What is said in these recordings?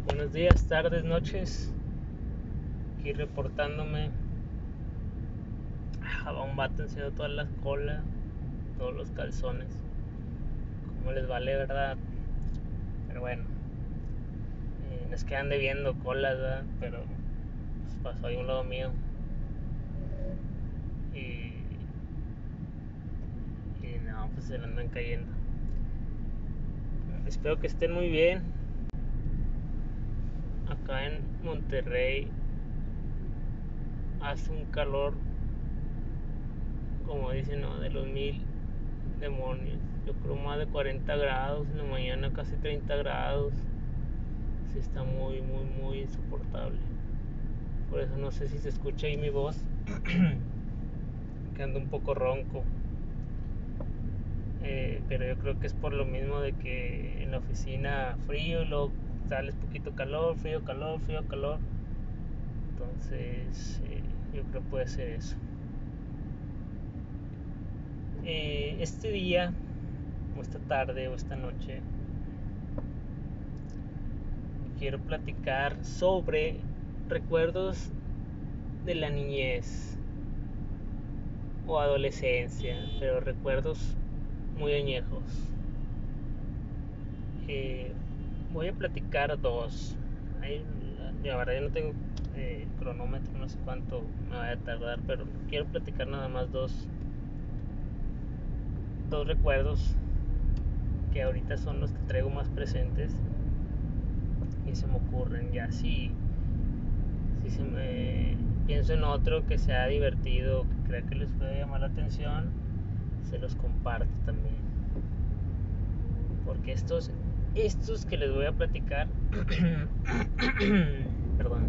Buenos días, tardes, noches. Aquí reportándome. Va un vato enseñando toda la cola, todos los calzones. Como les vale, ¿verdad? Pero bueno, nos quedan debiendo colas, ¿verdad? Pero pues, pasó ahí un lado mío. Y, y no, pues se le andan cayendo. Espero que estén muy bien. Acá en Monterrey hace un calor, como dicen, ¿no? De los mil demonios. Yo creo más de 40 grados en la mañana, casi 30 grados. Sí, está muy insoportable. Por eso no sé si se escucha ahí mi voz, que ando un poco ronco. Pero yo creo que es por lo mismo de que en la oficina frío y luego sales poquito calor, frío, calor, frío, calor. Entonces yo creo que puede ser eso. Este día, o esta tarde, o esta noche, quiero platicar sobre recuerdos de la niñez o adolescencia, pero recuerdos muy añejos. Voy a platicar dos. La verdad, yo no tengo cronómetro, no sé cuánto me vaya a tardar, pero quiero platicar nada más dos recuerdos que ahorita son los que traigo más presentes y se me ocurren. Ya si se me pienso en otro que sea divertido, que crea que les puede llamar la atención, se los comparto también. Porque estos que les voy a platicar perdón,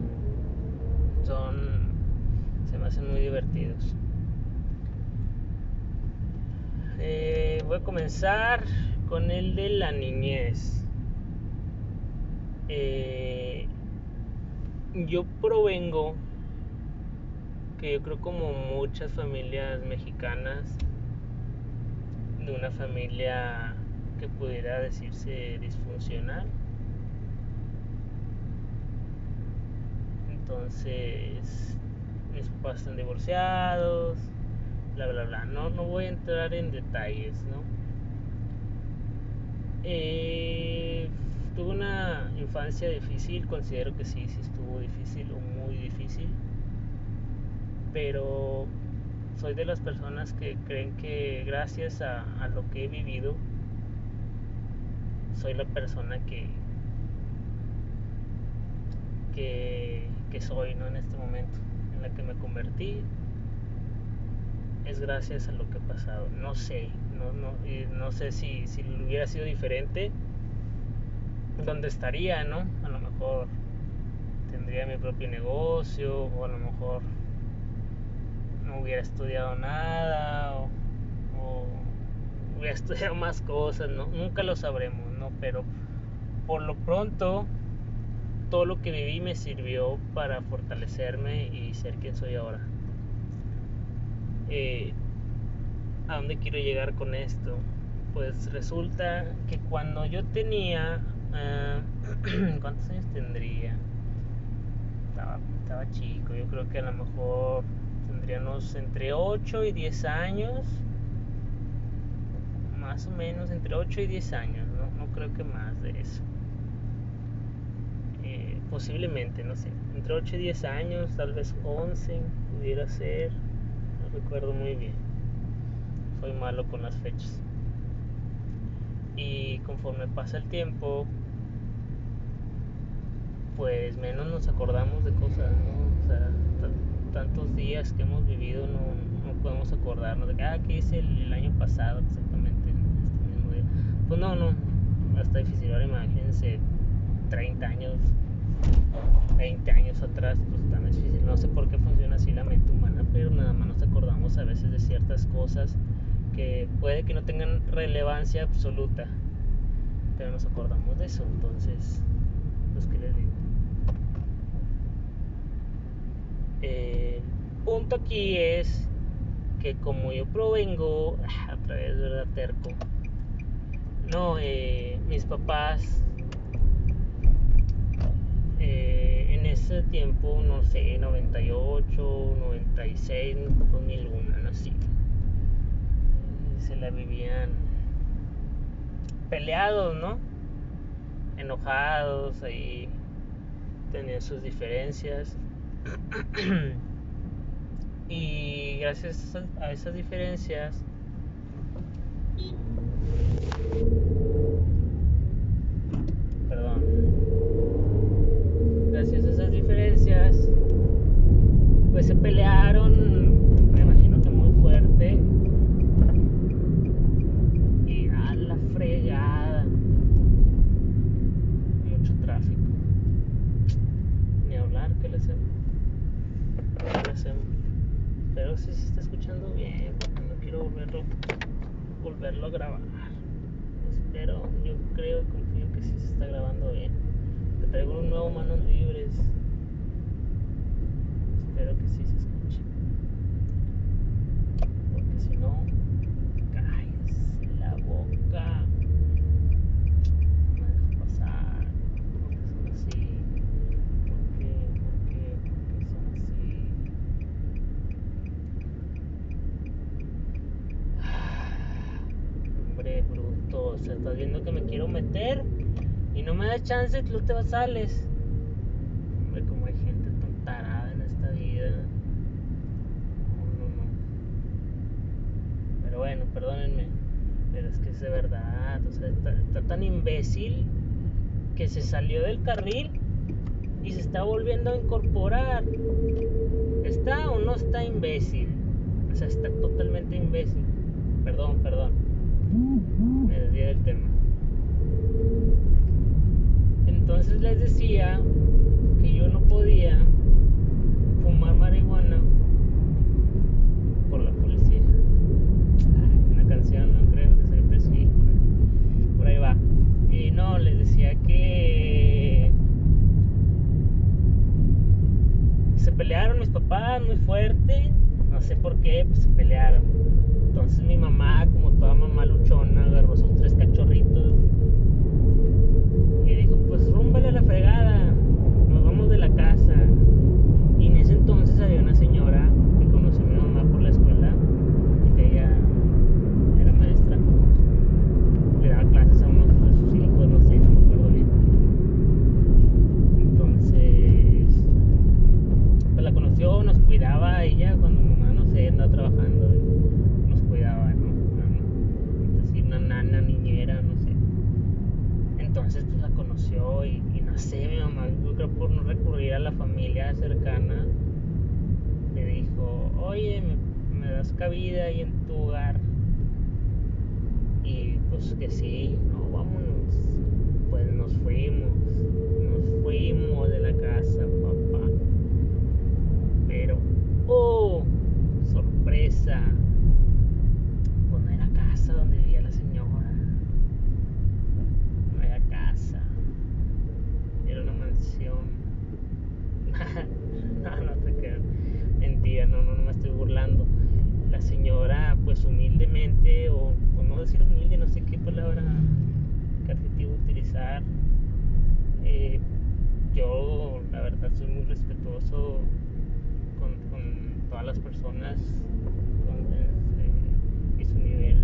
se me hacen muy divertidos. Voy a comenzar con el de la niñez. Yo provengo, que yo creo como muchas familias mexicanas, de una familia que pudiera decirse disfuncional. Entonces, mis papás están divorciados, bla bla bla. No voy a entrar en detalles, ¿no? Tuve una infancia difícil, considero que sí estuvo difícil o muy difícil, pero soy de las personas que creen que gracias a lo que he vivido, soy la persona que soy, ¿no? En este momento, en la que me convertí, es gracias a lo que he pasado. No sé, no sé si hubiera sido diferente, ¿dónde estaría, no? A lo mejor tendría mi propio negocio, o a lo mejor no hubiera estudiado nada, o hubiera estudiado más cosas, ¿no? Nunca lo sabremos, ¿no? Pero por lo pronto, todo lo que viví me sirvió para fortalecerme y ser quien soy ahora. ¿A dónde quiero llegar con esto? Pues resulta que cuando yo tenía ¿cuántos años tendría? Estaba chico, yo creo que a lo mejor tendríamos entre 8 y 10 años, más o menos entre 8 y 10 años, no creo que más de eso. Posiblemente, no sé, entre 8 y 10 años, tal vez 11 pudiera ser, no recuerdo muy bien, soy malo con las fechas. Y conforme pasa el tiempo, pues menos nos acordamos de cosas, ¿no? O sea, tantos días que hemos vivido, no podemos acordarnos de que, ¿qué hice el año pasado exactamente en este mismo día? Pues no, está difícil. Ahora imagínense 30 años, 20 años atrás, pues tan difícil. No sé por qué funciona así la mente humana, pero nada más nos acordamos a veces de ciertas cosas que puede que no tengan relevancia absoluta, pero nos acordamos de eso. Entonces, pues, ¿qué les digo? El punto aquí es que como yo provengo a través de la terco, no, mis papás tiempo, no sé, 98, 96, 2001, no sé. Se la vivían peleados, ¿no? Enojados, ahí tenían sus diferencias. Y gracias a esas diferencias, gracias a esas diferencias, pues se pelearon, me imagino que muy fuerte, y a la fregada, mucho tráfico, ni hablar, ¿qué le hacemos? Pero sí se está escuchando bien, porque no quiero volverlo a grabar. Espero, yo creo y confío que sí se está grabando bien. Que traigo un nuevo Manos Libres. Espero que sí se escuche. Porque si no, cállese la boca. No me dejes pasar. Porque son así. Porque son así. Hombre, bruto. O sea, estás viendo que me quiero meter y no me da chance, tú te sales. Hombre, como hay gente tan tarada en esta vida. No. Pero bueno, perdónenme. Pero es que es de verdad. O sea, está tan imbécil que se salió del carril y se está volviendo a incorporar. ¿Está o no está imbécil? O sea, está totalmente imbécil. Perdón. Me desvié del tema. Entonces les decía que yo no podía fumar marihuana por la policía. Una canción, no creo que siempre sí. Por ahí va. Y no, les decía que se pelearon mis papás muy fuerte. No sé por qué, pues se pelearon. Entonces mi mamá, como toda mamá luchona, agarró sus 3 cachorritos y dijo, pues rúmbale a la fregada, nos vamos de la casa. Y en ese entonces había una señora que conoció a mi mamá por la escuela, que ella era maestra, le daba clases a unos de sus hijos, no sé, no me acuerdo bien. Entonces, pues la conoció, nos cuidaba ella cuando mi mamá, no sé, andaba trabajando, nos cuidaba, ¿no? Es decir, una nana, niñera, no sé. Entonces pues la conoció y no sé, mi mamá, yo creo por no recurrir a la familia cercana, le dijo, oye, me das cabida ahí en tu hogar. Y pues que sí, no, vámonos. Pues nos fuimos de la casa, papá. Pero, oh, sorpresa, pues no era casa donde vivía la señora. No era casa, era una mansión. No te creo. Mentira, no me estoy burlando. La señora, pues humildemente, o no decir humilde, no sé qué palabra, qué adjetivo utilizar. Yo, la verdad, soy muy respetuoso con todas las personas y su nivel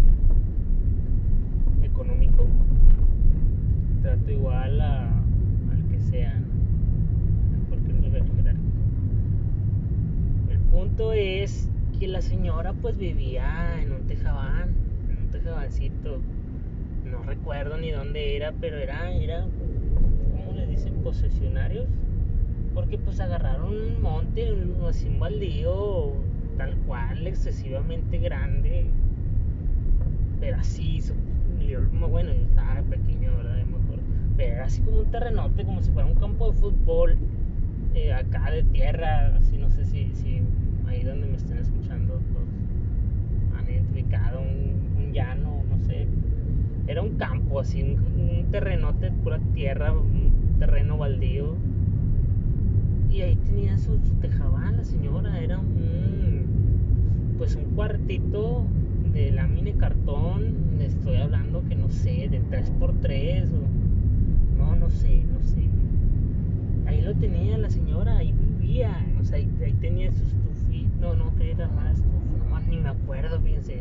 económico. Trato igual al que sea, en cualquier nivel jerárquico. El punto es que la señora pues vivía en un tejabancito. No recuerdo ni dónde era, pero era ¿cómo le dicen? Posesionarios. Porque pues agarraron un monte, así un baldío tal cual, excesivamente grande. Pero así, bueno, yo estaba pequeño, ¿verdad? Yo me acuerdo. Pero era así como un terrenote, como si fuera un campo de fútbol, acá de tierra, así, no sé si ahí donde me estén escuchando pues, han identificado un llano, no sé. Era un campo, así, un terrenote, pura tierra, un terreno baldío. Y ahí tenía su tejabán la señora, era pues un cuartito de lámina y cartón, estoy hablando que no sé, de 3x3 o no sé. Ahí lo tenía la señora, ahí vivía, o sea, ahí tenía su estufita, no, que era más estufa, no, ni me acuerdo, fíjense.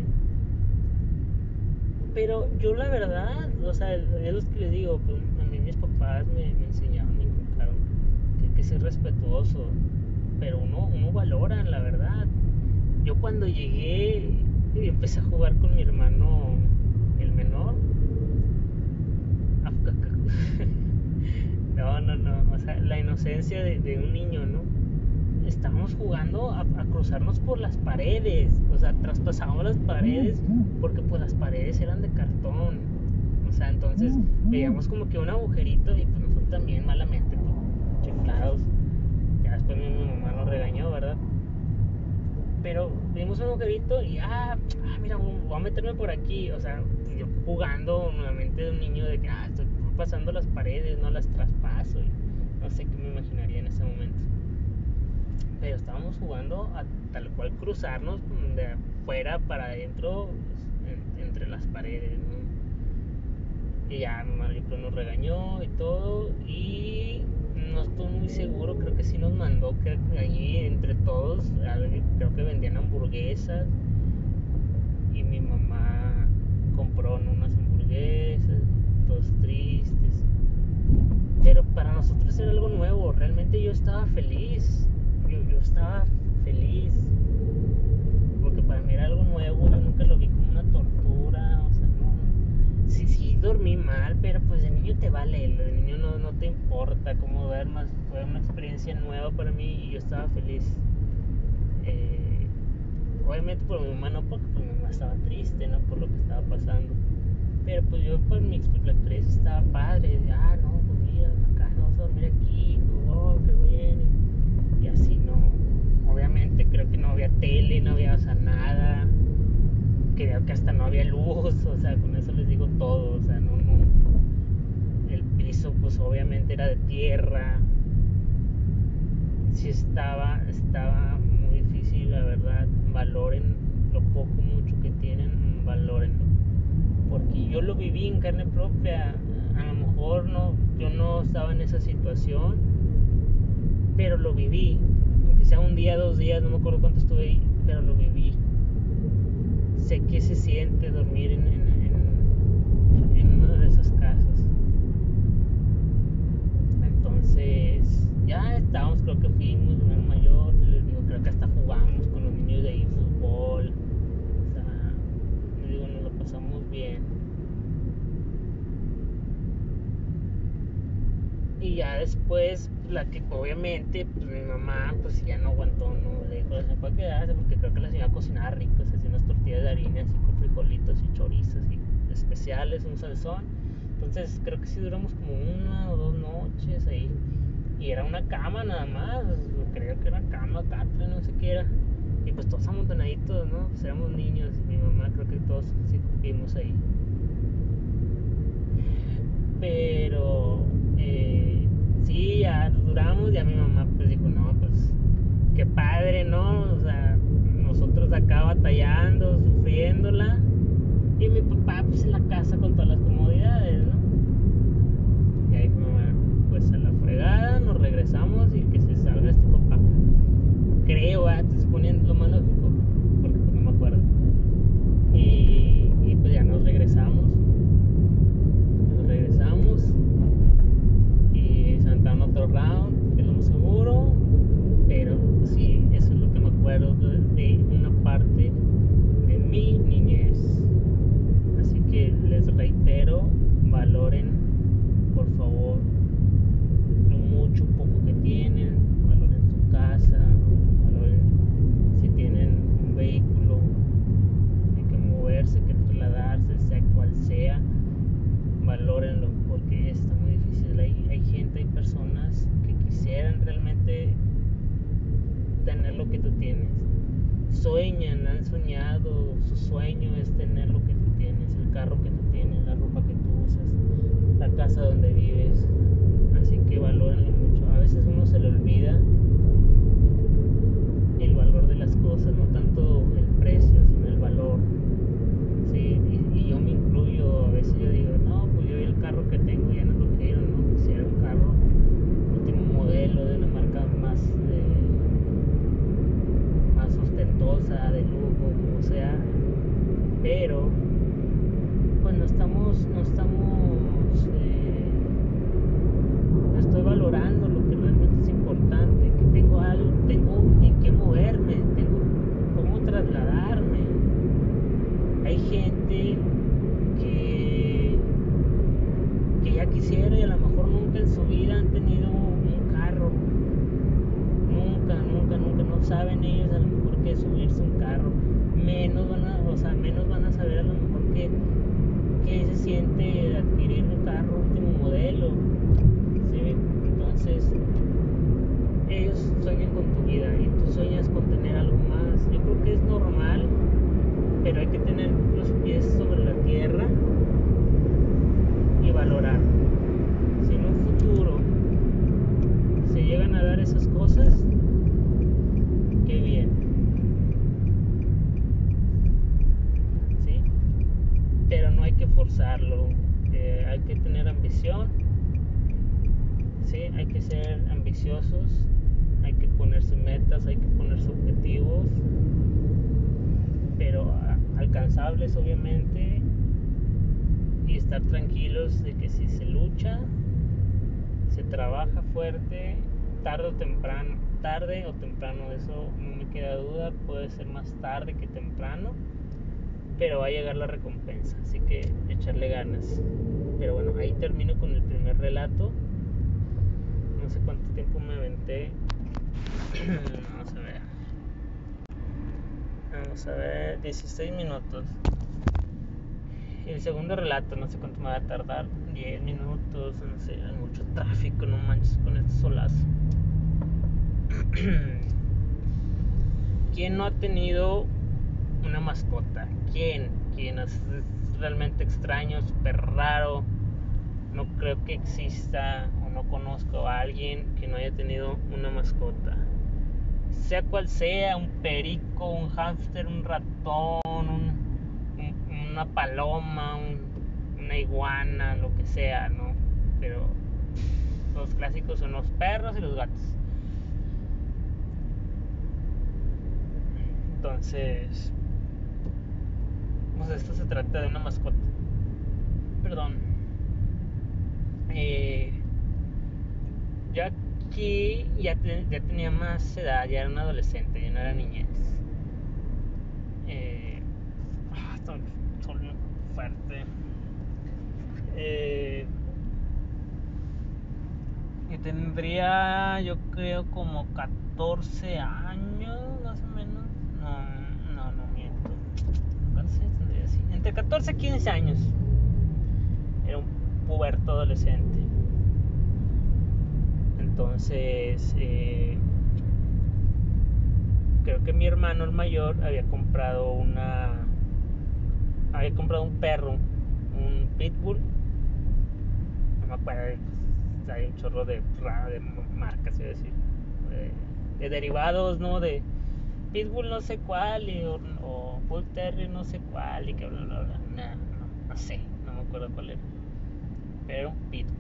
Pero yo la verdad, o sea, es lo que les digo, pues a mí mis papás me enseñaron, me inculcaron que hay que ser respetuoso, pero uno valora, la verdad. Yo cuando llegué, empecé a jugar con mi hermano, el menor. No, o sea, la inocencia de un niño, ¿no? Estábamos jugando a cruzarnos por las paredes, o sea, traspasábamos las paredes porque pues las paredes eran de cartón, o sea, entonces veíamos como que un agujerito y pues nosotros también malamente, pues, chiflados. Ya después mi mamá nos regañó, ¿verdad? Pero vimos un agujerito y mira, voy a meterme por aquí, o sea, yo jugando nuevamente de un niño de que estoy pasando las paredes, no las traspaso, y no sé qué me imaginaría en ese momento. Pero estábamos jugando a tal cual cruzarnos de afuera para adentro, pues, entre las paredes, ¿no? Y ya mi mamá nos regañó y todo, y no estoy muy seguro, creo que sí nos mandó que allí entre todos, creo que vendían hamburguesas, y mi mamá compró unas hamburguesas, todos tristes. Pero para nosotros era algo nuevo, realmente yo estaba feliz, yo estaba feliz, porque para mí era algo nuevo, yo nunca lo vi como una tortura, o sea, no, sí dormí mal, pero pues de niño te vale, de niño no te importa cómo duermas, fue una experiencia nueva para mí y yo estaba feliz. Obviamente por mi mamá no, porque pues mi mamá estaba triste, ¿no? Por lo que estaba pasando. Pero pues yo por mi experiencia estaba padre, no, pues mira, acá vamos a dormir aquí, qué bueno. Y así no. Obviamente creo que no había tele, no había, o sea, nada. Creo que hasta no había luz, o sea, con eso les digo todo, o sea, no. El piso pues obviamente era de tierra. Sí estaba muy difícil, la verdad. Valoren lo poco, mucho que tienen, valórenlo. Porque yo lo viví en carne propia. A lo mejor yo no estaba en esa situación, pero lo viví. Aunque sea un día, 2 días, no me acuerdo cuánto estuve ahí, pero lo viví. Sé qué se siente dormir en una de esas casas. Entonces, ya estábamos, creo que fuimos de un mayor, les digo, creo que hasta jugamos con los niños de ahí fútbol. O sea, les digo, nos lo pasamos bien. Y ya después, la que obviamente, pues mi mamá, pues ya no aguantó, no le dijo, se puede quedarse, porque creo que la señora cocinaba rico, se hacía unas tortillas de harina así con frijolitos y chorizos y especiales, un salsón. Entonces creo que sí duramos como 1 o 2 noches ahí. Y era una cama nada más, creo que era cama, catre, no sé qué era. Y pues todos amontonaditos, ¿no? Pues éramos niños y mi mamá, creo que todos sí vivimos ahí. Pero sí, ya duramos, ya mi mamá pues dijo, no, pues qué padre, ¿no? O sea, nosotros acá batallando, sufriéndola, y mi papá pues en la casa con todas las comodidades, ¿no? Y ahí mi mamá, pues a la fregada, nos regresamos y que se salga este papá. Creo, te suponiendo lo más lógico, porque pues no me acuerdo. Y pues ya nos regresamos y se aventaron otro round, que es lo más seguro. Pero sí, eso es lo que me acuerdo de una parte de mi niñez. Así que les reitero, valoren por favor lo mucho, poco que tienen, valoren su casa, valoren si tienen un vehículo, hay que moverse, que trasladarse, sea cual sea, valórenlo, porque está muy difícil. Hay gente, hay personas que quisieran realmente tener lo que tú tienes, sueñan, han soñado, su sueño es tener lo que tú tienes, el carro que tú tienes, la ropa que tú usas, la casa donde vives. Así que valórenlo mucho. A veces uno se le olvida el valor de las cosas, no tanto el precio, sino el valor. Sí, y yo me incluyo. A veces yo digo, no, pues yo el carro que tengo ya no lo quiero, no quisiera un carro último modelo de una marca ambiciosos, hay que ponerse metas, hay que ponerse objetivos, pero alcanzables obviamente, y estar tranquilos de que si se lucha, se trabaja fuerte, tarde o temprano, de eso no me queda duda, puede ser más tarde que temprano, pero va a llegar la recompensa, así que echarle ganas. Pero bueno, ahí termino con el primer relato. No sé cuánto tiempo me aventé. Vamos a ver, 16 minutos. El segundo relato, no sé cuánto me va a tardar, 10 minutos, no sé, hay mucho tráfico, no manches, con este solazo. ¿Quién no ha tenido una mascota? ¿Quién es realmente extraño, súper raro? No creo que exista o no conozco a alguien que no haya tenido una mascota. Sea cual sea, un perico, un hámster, un ratón, una paloma, una iguana, lo que sea, ¿no? Pero los clásicos son los perros y los gatos. Entonces, pues esto se trata de una mascota. Perdón. Yo aquí ya tenía más edad, ya era un adolescente, ya no era niñez. Son fuerte. Y tendría, yo creo, como 14 años, más o menos. No miento. ¿Cuántos años tendría así? Entre 14 y 15 años. Era un puberto adolescente. Entonces, creo que mi hermano, el mayor, había comprado un perro, un pitbull. No me acuerdo, hay un chorro de marcas, iba a decir, de derivados, ¿no? De pitbull no sé cuál, o bull terrier no sé cuál, y que bla bla bla. No sé, no me acuerdo cuál era, pero era un pitbull.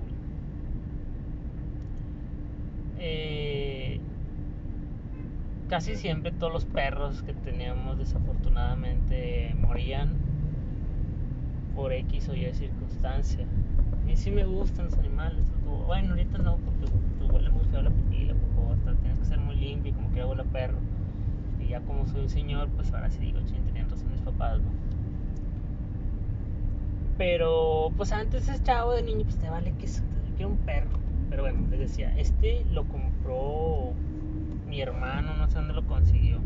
Casi siempre todos los perros que teníamos desafortunadamente morían por X o Y circunstancia. A mí sí me gustan los animales. Bueno, ahorita no, porque pues huele muy feo la pipí, la popó, hasta tienes que ser muy limpio y como que huele a perro. Y ya como soy un señor, pues ahora sí digo, ching, tenían razón mis papás, ¿no? Pero pues antes ese chavo de niño, pues te vale que eso, yo quiero un perro. Pero bueno, les decía, lo compró mi hermano, no sé dónde lo consiguió.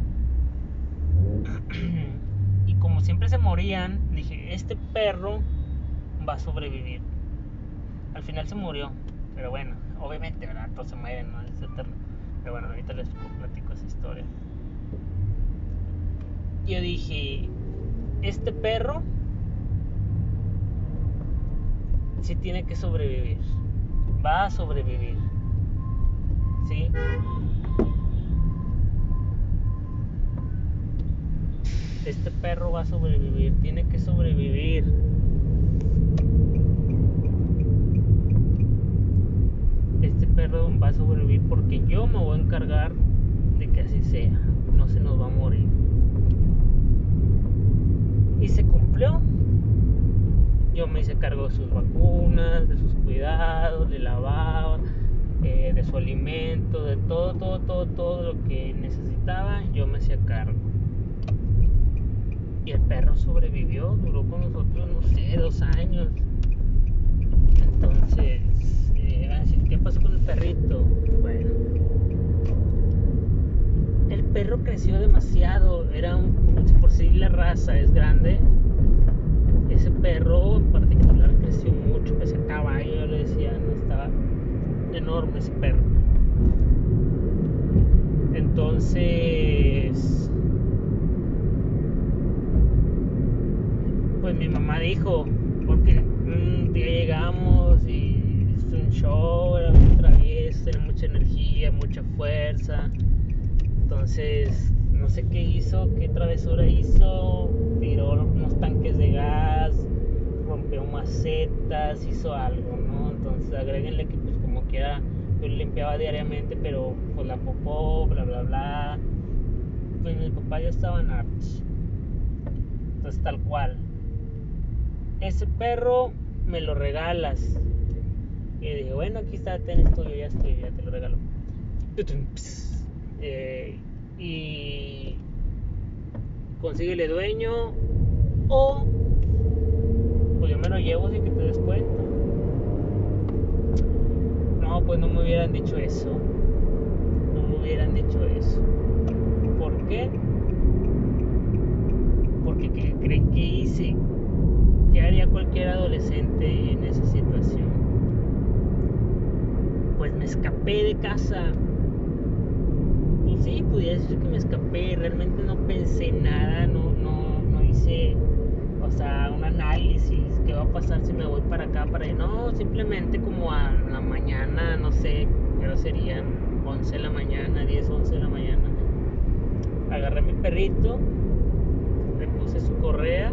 Y como siempre se morían, dije, este perro va a sobrevivir. Al final se murió, pero bueno, obviamente, ¿verdad? Todos se mueren, no es eterno. Pero bueno, ahorita les platico esa historia. Yo dije, este perro sí tiene que sobrevivir. Va a sobrevivir. ¿Sí? Este perro va a sobrevivir. Tiene que sobrevivir. Este perro va a sobrevivir porque yo me voy a encargar de que así sea. No se nos va a morir. Y se cumplió. Yo me hice cargo de sus vacunas, de sus cuidados, le lavaba, de su alimento, de todo lo que necesitaba, yo me hacía cargo. Y el perro sobrevivió, duró con nosotros, no sé, 2 años. Entonces, ¿qué pasó con el perrito? Bueno, el perro creció demasiado, era por si la raza es grande. Ese perro en particular creció mucho, parecía caballo, yo le decía, no, estaba enorme ese perro. Entonces, pues mi mamá dijo, porque un día llegamos y hizo un show, era muy travieso, tenía mucha energía, mucha fuerza. Entonces, no sé qué hizo, qué travesura hizo, tiró unos tanques de gas, rompió macetas, hizo algo, ¿no? Entonces agréguenle que pues como quiera yo limpiaba diariamente, pero pues la popó, bla bla bla, pues mis papás ya estaban hartos. Entonces tal cual, ese perro me lo regalas. Y dije, bueno, aquí está, ten tuyo, ya estoy, ya te lo regalo. Y consíguele dueño o pues yo me lo llevo sin que te des cuenta. No, pues no me hubieran dicho eso. No me hubieran dicho eso. ¿Por qué? Porque ¿qué creen que hice? ¿Qué haría cualquier adolescente en esa situación? Pues me escapé de casa. Pues sí, pudiera decir que me escapé. Realmente no pensé nada, no hice, o sea, un análisis. ¿Qué va a pasar si me voy para acá, para allá? No, simplemente como a la mañana, no sé, pero serían 11 de la mañana, 10, 11 de la mañana. Agarré a mi perrito, le puse su correa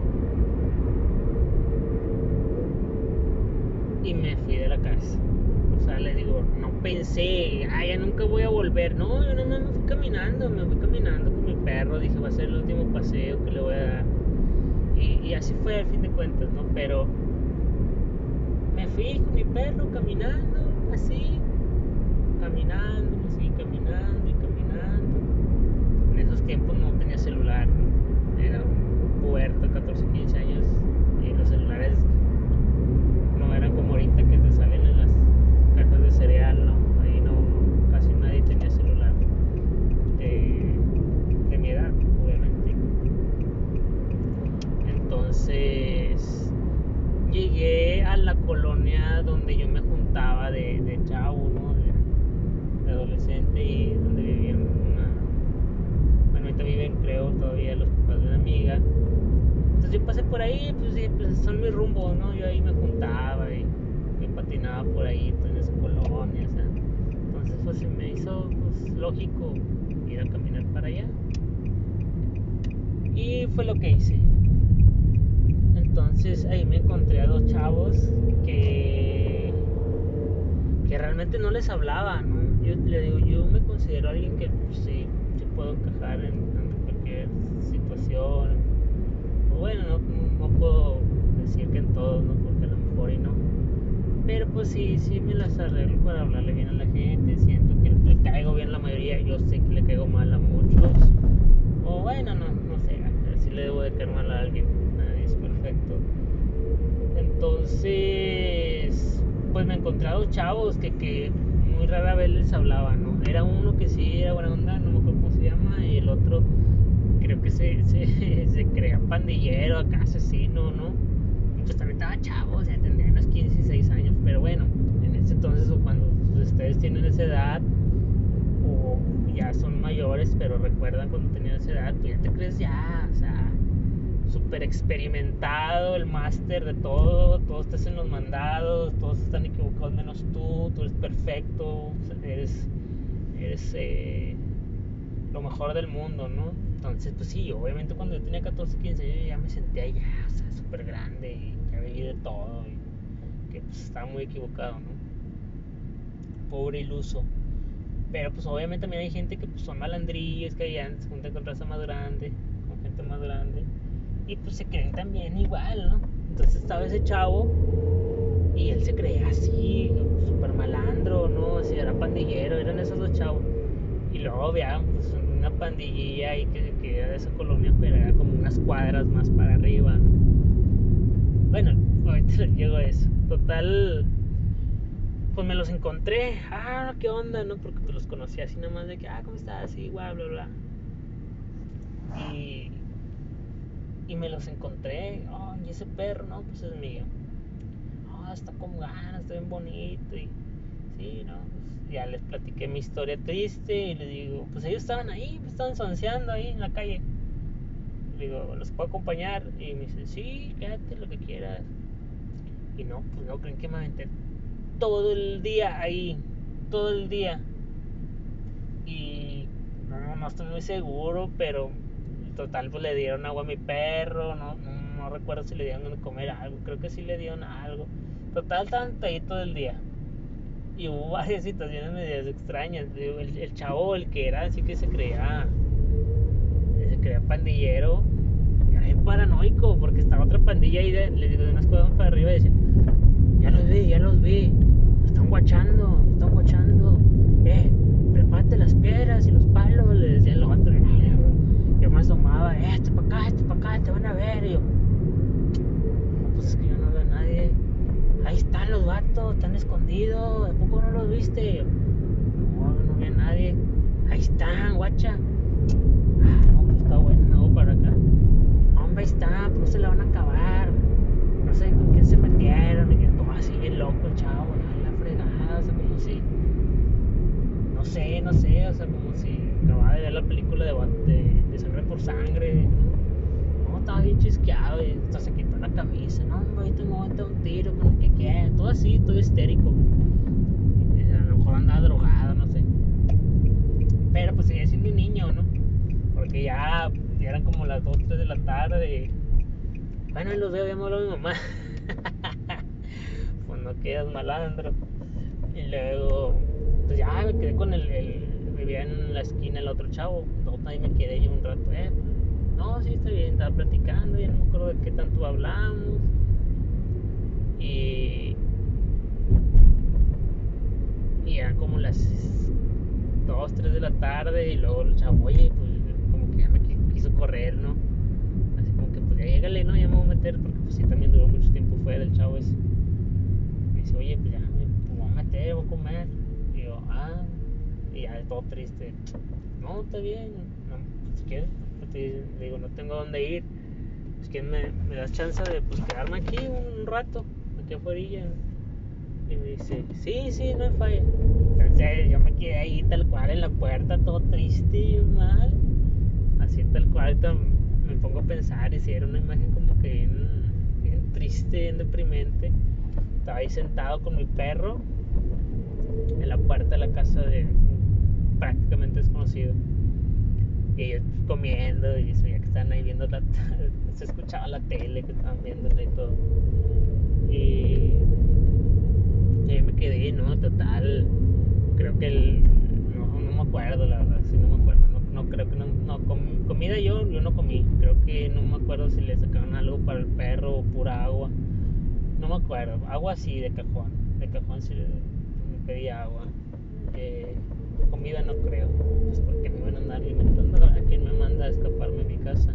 y me fui de la casa. O sea, le digo, no pensé, ya nunca voy a volver. No, yo nomás me fui caminando con mi perro. Dije, va a ser el último paseo que le voy a dar. Y así fue al fin de cuentas, ¿no? Pero me fui con mi perro caminando, así, caminando, me seguí caminando y caminando. En esos tiempos no tenía celular, ¿no? Era un puberto, 14, 15 años, y los celulares no eran como ahorita que te salen en las cajas de cereal, ¿no? Ahí no, casi nadie tenía celular de mi edad, obviamente. Entonces llegué a la colonia donde yo me juntaba de chavo, ¿no? De adolescente, y donde vivían bueno, ahorita viven, creo, todavía los papás de una amiga. Entonces yo pasé por ahí, pues dije, pues son mis rumbos, ¿no? Yo ahí me juntaba y patinaba por ahí, pues, en esa colonia, o sea. Entonces pues se me hizo pues lógico ir a caminar para allá. Y fue lo que hice. Entonces ahí me encontré a dos chavos que realmente no les hablaba, ¿no? Yo le digo, yo me considero alguien que pues, sí puedo encajar en cualquier situación. O bueno, no puedo decir que en todo, ¿no? Porque a lo mejor y no. Pero pues sí me las arreglo para hablarle bien a la gente. Siento que le caigo bien a la mayoría. Yo sé que le caigo mal a muchos. O bueno, no sé. Si le debo de caer mal a alguien. Nadie es perfecto. Entonces, pues me encontré a dos chavos que muy rara vez les hablaba, ¿no? Era uno que sí era buena onda, no me acuerdo cómo se llama, y el otro creo que se crea pandillero, acá asesino, ¿no? Y pues también estaba chavo, o sea, tendría unos 15, 16 años, pero bueno, en ese entonces, o cuando ustedes tienen esa edad, o ya son mayores, pero recuerdan cuando tenían esa edad, pues ya te crees ya, o sea, súper experimentado, el máster de todo, todos te hacen los mandados, todos están equivocados menos tú eres perfecto, eres lo mejor del mundo, ¿no? Entonces, pues sí, obviamente cuando yo tenía 14, 15 años ya me sentía ya, o sea, súper grande y ya viví de todo y que pues estaba muy equivocado, ¿no? Pobre iluso. Pero pues obviamente también hay gente que pues son malandrillos, que ya se juntan con raza más grande, con gente más grande, y pues se creen también igual, ¿no? Entonces estaba ese chavo y él se creía así, súper malandro, ¿no? Así era pandillero, eran esos dos chavos. Y luego había pues, una pandillilla ahí que era de esa colonia, pero era como unas cuadras más para arriba, ¿no? Bueno, ahorita les llego a eso. Total, pues me los encontré. Ah, ¿qué onda, no? Porque pues los conocía así nada más de que, ¿cómo estás? Y bla, bla, bla. Y me los encontré. Oh, y ese perro, no, pues es mío. Oh, está con ganas, está bien bonito. Y sí, no, pues ya les platiqué mi historia triste. Y les digo, pues ellos estaban ahí, pues estaban sonceando ahí en la calle. Le digo, ¿los puedo acompañar? Y me dice, sí, quédate lo que quieras. Y no, pues no creen que me aventé todo el día ahí, todo el día. Y no estoy muy seguro, pero total pues le dieron agua a mi perro, no recuerdo si le dieron de comer algo, creo que sí le dieron algo. Total estaban ahí todo el día. Y hubo varias situaciones medias extrañas. El chavo, el que era así que se creía pandillero, era bien paranoico porque estaba otra pandilla ahí les digo, de unas cosas para arriba y decía, ya los vi, están guachando, prepárate las piedras y los palos, le decía el otro. Yo me asomaba, este para acá, te van a ver. Y yo, no, pues es que yo no veo a nadie. Ahí están los vatos, están escondidos, ¿a poco no los viste? Y yo, no veo a nadie. Ahí están, guacha. No, pues está bueno, me hago para acá. Hombre, ahí está, pues no se la van a acabar. No sé con quién se metieron. Y que todo así bien loco el chavo, la fregada, o sea, como si. No sé, o sea, como si acababa de ver la película de Sangre por Sangre. No, estaba bien chisqueado y hasta se quitó la camisa. No, hombre, ahorita me voy a meter un tiro con el que quiera. Todo así, todo histérico. A lo mejor andaba drogado, no sé. Pero pues seguía siendo un niño, ¿no? Porque ya eran como las 2, 3 de la tarde. Bueno, y los veo, ya me habló mi mamá. Pues no quedas malandro. Y luego, pues ya me quedé con vivía en la esquina el otro chavo. Entonces ahí me quedé yo un rato. No, sí, está bien, estaba platicando. Ya no me acuerdo de qué tanto hablamos. Y eran como las 2, 3 de la tarde. Y luego el chavo, oye, pues como que ya me quiso correr, ¿no? Así como que, pues ya llégale, ¿no? Ya me voy a meter. Porque pues sí, también duró mucho tiempo fuera el chavo ese. Me dice, oye, pues ya me voy a meter, voy a comer. Y yo, y ya todo triste. No, está bien. No, pues, si quieres, pues, le digo, no tengo dónde ir. Pues que me das chance de pues, quedarme aquí un rato, aquí afuera. Y me dice, sí, no hay falla. Entonces yo me quedé ahí tal cual en la puerta, todo triste y mal. Así tal cual me pongo a pensar y si era una imagen como que bien triste, bien deprimente. Estaba ahí sentado con mi perro en la puerta de la casa de un prácticamente desconocido. Y ellos comiendo y eso, ya que estaban ahí viendo se escuchaba la tele que estaban viendo y todo. Y ahí me quedé, ¿no? Total, creo que no me acuerdo, la verdad, sí, no me acuerdo. No creo que comida yo no comí. Creo que no me acuerdo si le sacaron algo para el perro o pura agua. No me acuerdo, agua sí, de cajón sí me pedí agua. Comida no creo, pues porque me van a andar alimentando. ¿A quién me manda a escaparme de mi casa?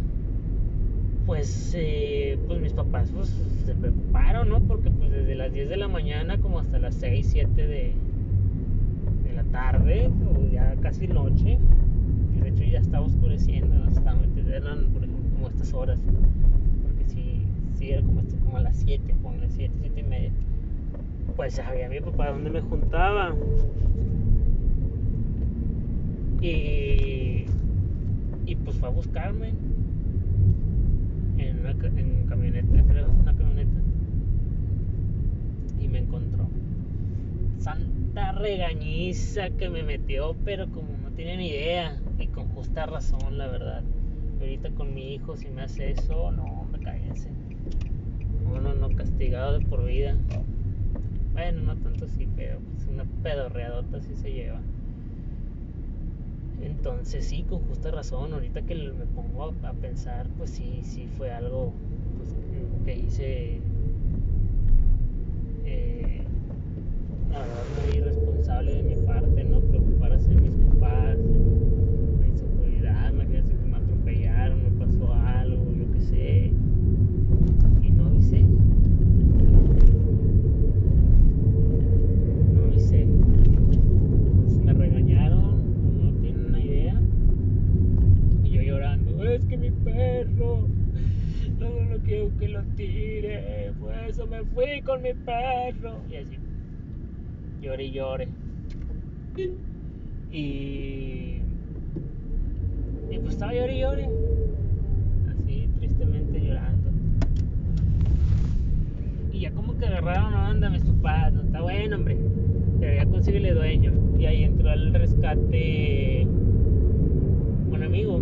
Pues mis papás pues se preocuparon, ¿no? Porque pues desde las 10 de la mañana como hasta las 6, 7 de la tarde, o ya casi noche, y de hecho ya estaba oscureciendo, ¿no? Eran por ejemplo como estas horas, porque sí era como a las 7, como a las 7, 7 y media. Pues sabía mi papá dónde me juntaba. Y pues fue a buscarme en camioneta, creo, una camioneta. Y me encontró. Santa regañiza que me metió, pero como no tiene ni idea. Y con justa razón, la verdad. Y ahorita con mi hijo, si me hace eso, no, hombre, cállense. No, castigado de por vida. Bueno, no tanto así, pero pues una pedorreadota sí se lleva. Entonces sí, con justa razón, ahorita que me pongo a pensar, pues sí fue algo pues, que hice, la verdad, muy irresponsable de mi parte, no preocupar a mis papás, la inseguridad, imagínense que me atropellaron, me pasó algo, yo qué sé, y no avisé. Pues me regañaron, no tienen una idea. Y yo llorando, es que mi perro, no quiero que lo tire, por eso me fui con mi perro. Y así, llore. Y pues estaba llore, así tristemente llorando. Y ya como que agarraron onda mis papás, no está bueno, hombre, pero ya consíguele dueño. Y ahí entró al rescate un amigo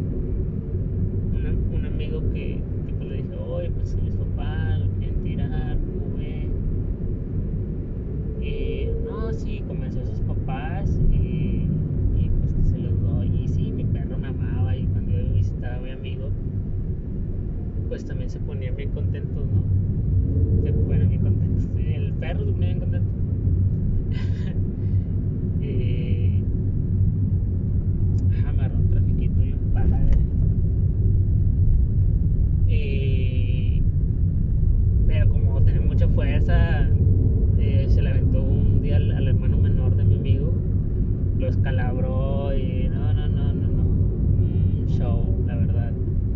que pues le dije, oye, pues mis papás lo quieren tirar, ¿cómo ve? Y no, ponían bien contentos, ¿no? Bueno, bien contentos. El perro se ponía bien contento. Me agarró un trafiquito y un padre. Pero como tenía mucha fuerza, se le aventó un día al hermano menor de mi amigo, lo escalabró y no. Un show, la verdad.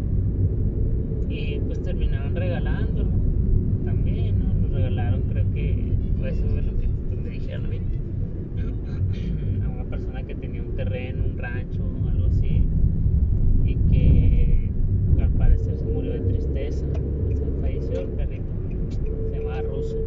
Y pues terminaron regalándolo también, ¿no? Nos regalaron, creo que eso es lo que me dijeron a mí, a una persona que tenía un terreno, un rancho, algo así, y que al parecer se murió de tristeza. Se falleció el perrito, se llamaba Ruso.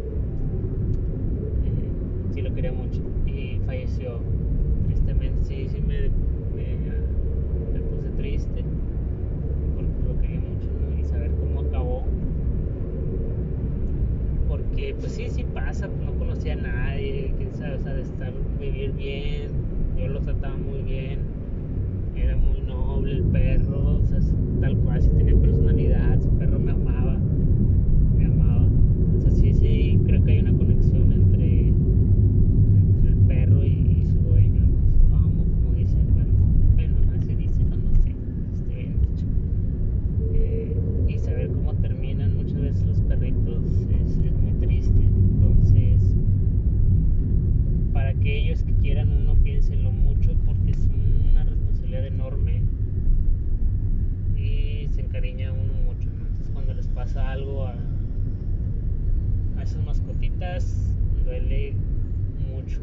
Sí lo quería mucho y falleció tristemente. Sí me puse triste porque lo quería mucho, ¿no? Y saber cómo acabó, porque pues sí pasa, no conocía a nadie, quién sabe, o sea, de vivir bien, yo lo trataba muy bien, era muy noble el perro, o sea, tal cual, sí tenía personalidad, su perro me amaba, o sea, sí, creo que hay una conexión entre el perro y su dueño, su amo, como dicen, bueno, así dicen, no sé, esté bien dicho. Y saber cómo terminan muchas veces los perritos es muy triste. Entonces, para aquellos que quieran uno, piénsenlo mucho porque es una responsabilidad enorme y se encariña uno mucho, ¿no? Entonces, cuando les pasa algo a esas mascotitas, duele mucho.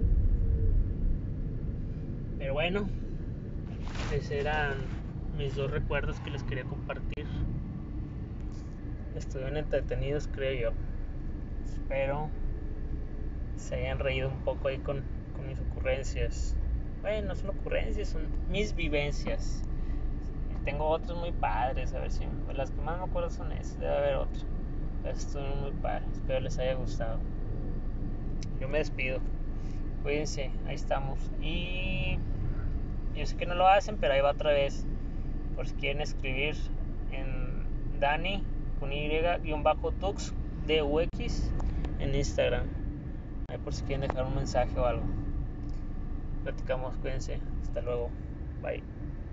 Pero bueno, esos eran mis dos recuerdos que les quería compartir. Estuvieron entretenidos, creo yo. Espero se hayan reído un poco ahí con mis ocurrencias. Bueno, no son ocurrencias, son mis vivencias. Tengo otros muy padres, a ver si las que más me acuerdo son esas, debe haber otras. Esas estuvieron muy padres, espero les haya gustado. Yo me despido, cuídense, ahí estamos. Y yo sé que no lo hacen, pero ahí va otra vez, por si quieren escribir en Dani con Y-Tux DUX en Instagram, ahí por si quieren dejar un mensaje o algo. Platicamos, cuídense, hasta luego, bye.